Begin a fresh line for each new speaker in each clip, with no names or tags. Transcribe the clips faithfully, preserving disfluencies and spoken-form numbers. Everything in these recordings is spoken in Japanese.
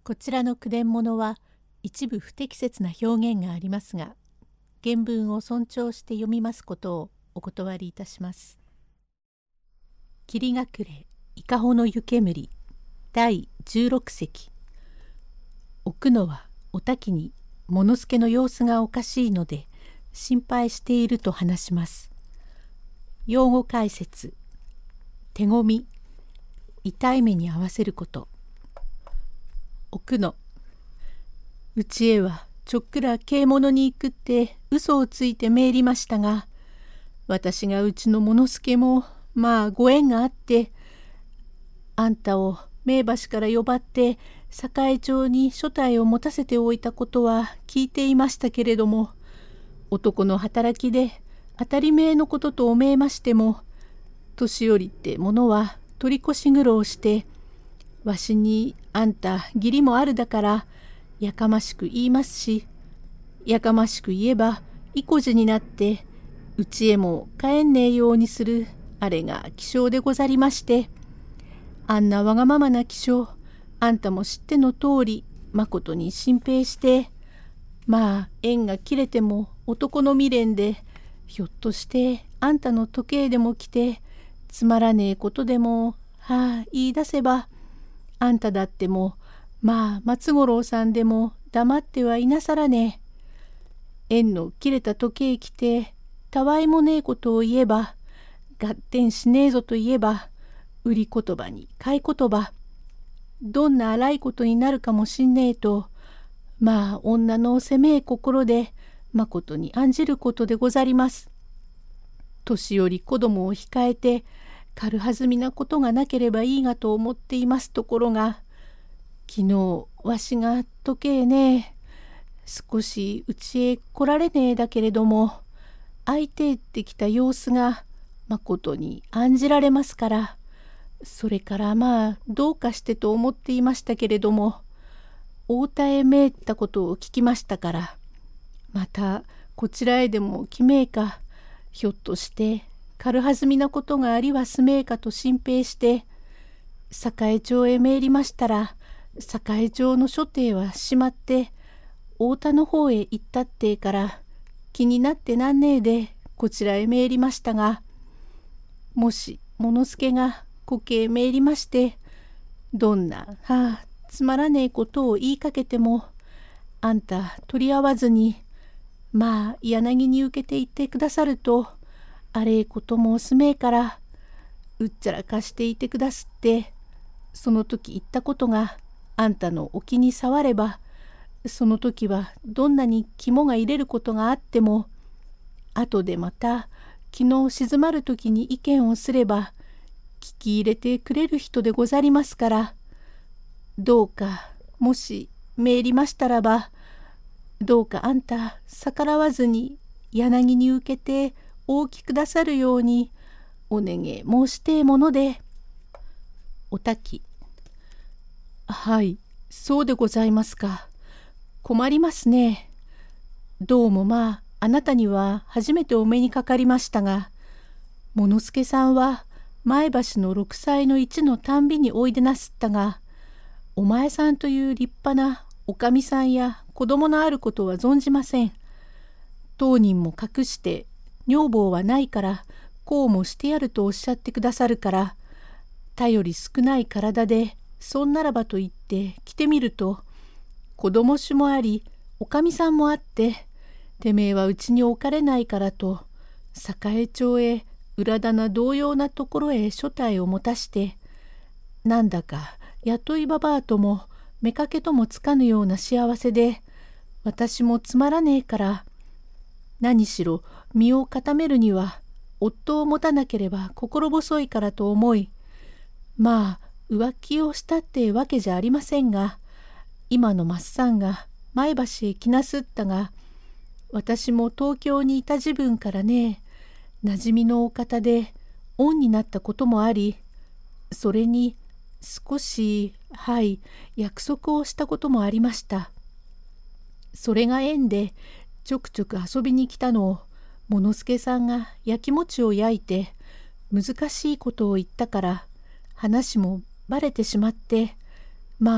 こちらの句伝物は一部不適切な表現がありますが、原文を尊重して読みますことをお断りいたします。霧隠れ伊香保の湯煙だいじゅうろく席。奥野はお滝に物助の様子がおかしいので心配していると話します。用語解説。手ごみ、痛い目に合わせること。奥野、うちへはちょっくら買い物に行くって嘘をついて参りましたが、私がうちの物助もまあご縁があって、あんたを名橋から呼ばって栄町に所帯を持たせておいたことは聞いていましたけれども、男の働きで当たり前のことと思えましても、年寄りってものは取り越し苦労して、わしにあんた義理もあるだからやかましく言いますし、やかましく言えば意固地になってうちへも帰んねえようにするあれが気性でござりまして、あんなわがままな気性、あんたも知っての通りまことに心配して、まあ縁が切れても男の未練で、ひょっとしてあんたの時計でも来てつまらねえことでもはあ言い出せば、あんただってもまあ松五郎さんでも黙ってはいなさらねえ。縁の切れた時計来てたわいもねえことを言えば、合点しねえぞと言えば、売り言葉に買い言葉、どんな荒いことになるかもしんねえと、まあ女の責めえ心でまことに案じることでござります。年寄り子供を控えて軽はずみなことがなければいいがと思っていますところが、昨日わしが時計ね、少しうちへ来られねえだけれども、相手ってきた様子がまことに案じられますから、それからまあどうかしてと思っていましたけれども、太田へ参ったことを聞きましたから、またこちらへでも来めえか、ひょっとして軽はずみなことがありはすめえかと心配して、栄町へ参りましたら、栄町の所定は閉まって太田の方へ行ったってから気になってなんねえでこちらへ参りましたが、もし物助がこけへ参りまして、どんなはあつまらねえことを言いかけても、あんた取り合わずにまあ柳に受けていってくださると、あれえこともすめえからうっちゃらかしていてくだすって、その時言ったことがあんたのお気に障れば、その時はどんなに肝が入れることがあっても、後でまた気の静まる時に意見をすれば聞き入れてくれる人でござりますから、どうかもし参りましたらば、どうかあんた逆らわずに柳に受けてお起きくださるようにお願え申してえもので。お滝、はい、そうでございますか。困りますね。どうもまああなたには初めてお目にかかりましたが、物助さんは前橋の六歳の一のたんびにおいでなすったが、お前さんという立派なおかみさんや子供のあることは存じません。当人も隠して女房はないからこうもしてやるとおっしゃってくださるから、頼り少ない体でそんならばと言って来てみると、子供種もありおかみさんもあって、てめえはうちに置かれないからと栄町へ裏棚同様なところへ所帯を持たして、なんだか雇いばばあとも妾ともつかぬような幸せで、私もつまらねえから、何しろ身を固めるには夫を持たなければ心細いからと思い、まあ浮気をしたってわけじゃありませんが、今のマッサンが前橋へ来なすったが、私も東京にいた時分からね、なじみのお方で恩になったこともあり、それに少しはい約束をしたこともありました。それが縁でちょくちょく遊びに来たのを物助さんが焼き餅を焼いて難しいことを言ったから、話もばれてしまって、まあ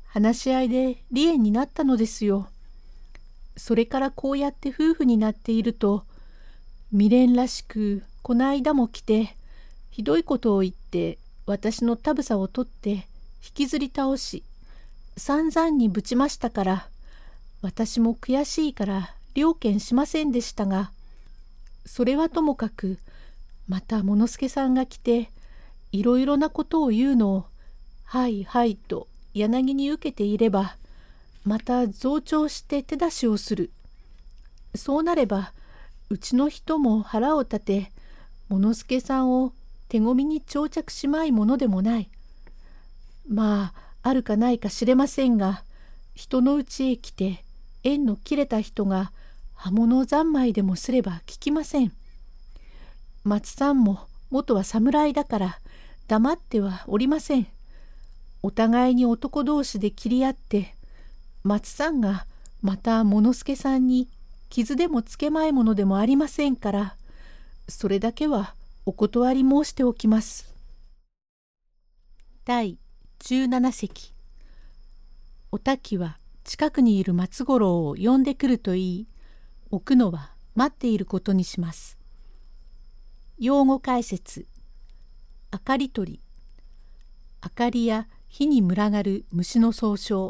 話し合いで離縁になったのですよ。それからこうやって夫婦になっていると、未練らしくこの間も来て、ひどいことを言って私のたぶさを取って引きずり倒し、散々にぶちましたから、私も悔しいから了見しませんでしたが、それはともかく、また物助さんが来て、いろいろなことを言うのを、はいはいと柳に受けていれば、また増長して手出しをする。そうなれば、うちの人も腹を立て、物助さんを手ごみに長着しまいものでもない。まあ、あるかないか知れませんが、人のうちへ来て、縁の切れた人が刃物三昧でもすれば聞きません。松さんも元は侍だから黙ってはおりません。お互いに男同士で切り合って、松さんがまた物助さんに傷でもつけまいものでもありませんから、それだけはお断り申しておきます。だいじゅうななせき。お滝は近くにいる松五郎を呼んでくると言い、奥野は待っていることにします。用語解説。明かり取り。明かりや火に群がる虫の総称。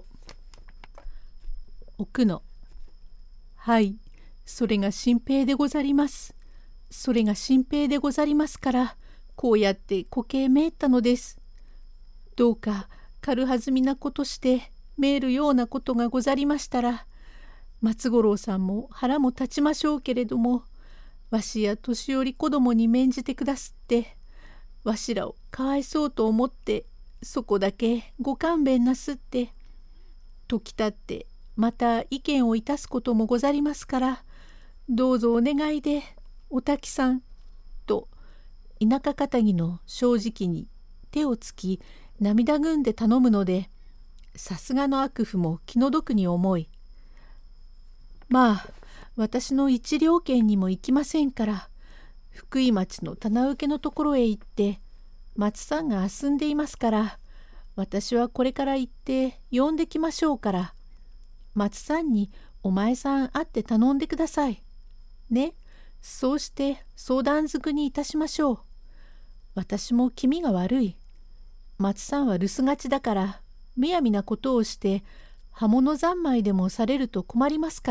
奥野。はい、それが新平でござります。それが新平でござりますから、こうやってこけめいったのです。どうか軽はずみなことしてめえるようなことがござりましたら、松五郎さんも腹も立ちましょうけれども、わしや年寄り子供に免じてくだすって、わしらをかわいそうと思って、そこだけご勘弁なすって、時たってまた意見をいたすこともござりますから、どうぞお願いで、お滝さん、と、田舎かたぎの正直に手をつき、涙ぐんで頼むので、さすがの悪婦も気の毒に思い、まあ、私の一両軒にも行きませんから、福井町の棚受けのところへ行って、松さんが遊んでいますから、私はこれから行って呼んできましょうから、松さんにお前さん会って頼んでください。ね、そうして相談づくにいたしましょう。私も気味が悪い。松さんは留守がちだから、むやみなことをして刃物三昧でもされると困りますから。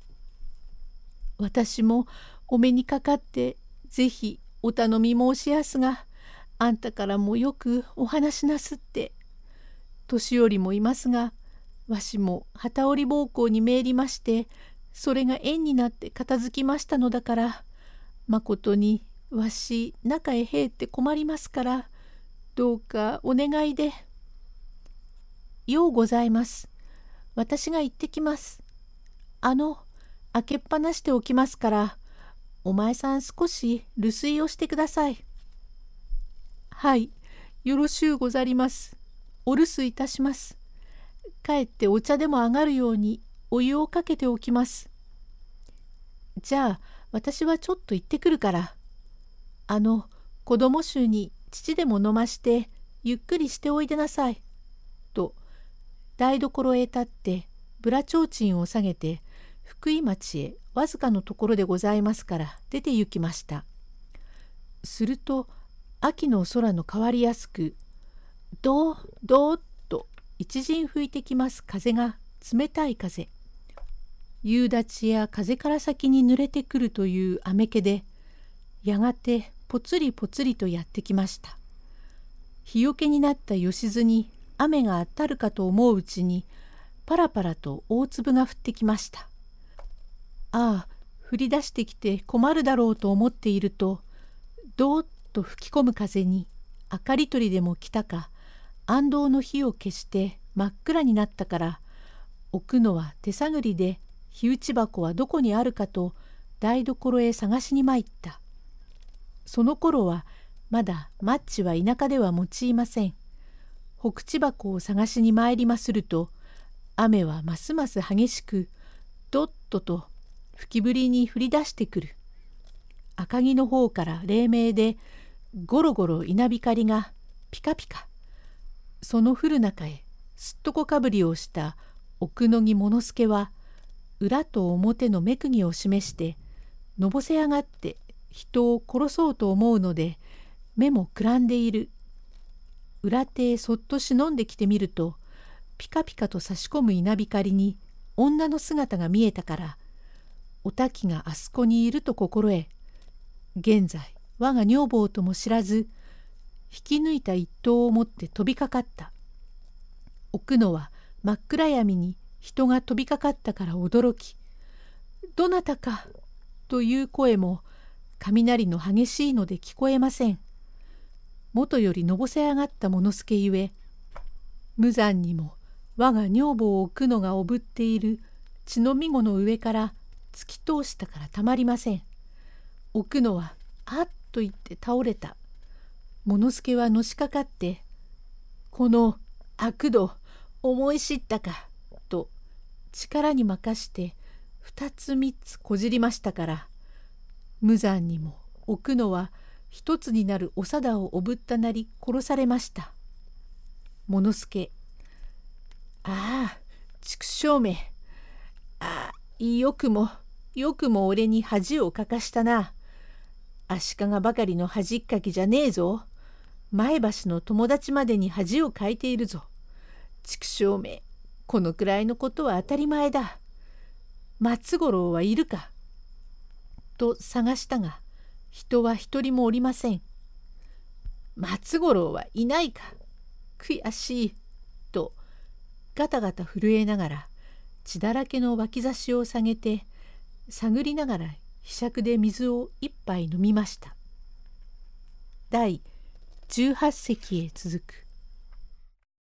私もお目にかかってぜひお頼み申しやすが、あんたからもよくお話しなすって。年寄りもいますが、わしも機織り奉公に参りまして、それが縁になって片付きましたのだから、まことにわし中へ入って困りますから、どうかお願いで。ようございます。私が行ってきます。あの、開けっぱなしておきますから、お前さん少し留守居をしてください。はい、よろしゅうござります。お留守いたします。帰ってお茶でも上がるようにお湯をかけておきます。じゃあ、私はちょっと行ってくるから。あの、子供衆に乳でも飲まして、ゆっくりしておいでなさい。と、台所へ立って、ぶらちょうちんを下げて、福井町へわずかのところでございますから出て行きました。すると、秋の空の変わりやすく、どーどーっと一陣吹いてきます風が冷たい風。夕立や風から先に濡れてくるという雨気で、やがてぽつりぽつりとやってきました。日よけになった吉津に雨が当たるかと思ううちに、パラパラと大粒が降ってきました。ああ、降り出してきて困るだろうと思っていると、どーっと吹き込む風に明かり取りでも来たか、暗道の火を消して真っ暗になったから、奥野は手探りで火打ち箱はどこにあるかと台所へ探しに参った。その頃はまだマッチは田舎では用いません。火口箱を探しに参りますると、雨はますます激しく、どっとと吹き降りに降り出してくる。赤城の方から黎明で、ゴロゴロ稲光がピカピカ。その降る中へすっとこかぶりをした奥野木物助は裏と表の目釘を示してのぼせ上がって人を殺そうと思うので目もくらんでいる。裏手へそっと忍んできてみるとピカピカと差し込む稲光に女の姿が見えたからお滝があそこにいると心得、現在我が女房とも知らず引き抜いた一刀を持って飛びかかった。奥野は真っ暗闇に人が飛びかかったから驚き、どなたかという声も雷の激しいので聞こえません。元よりのぼせ上がった物助ゆえ、無残にも我が女房を奥野がおぶっている血のみごの上から突き通したからたまりません。奥野はあっと言って倒れた。物助はのしかかって、この悪道思い知ったかと力に任して二つ三つこじりましたから、無残にも奥野は一つになるお貞をおぶったなり殺されました。物助、ああ畜生め、ああよくもよくも俺に恥をかかしたな。足利ばかりの恥っかきじゃねえぞ。前橋の友達までに恥をかいているぞ。畜生め、このくらいのことは当たり前だ。松五郎はいるかと探したが、人は一人もおりません。松五郎はいないか。悔しい。とガタガタ震えながら血だらけの脇差しを下げて探りながらひしゃくで水を一杯飲みました。第じゅうはち席へ続く。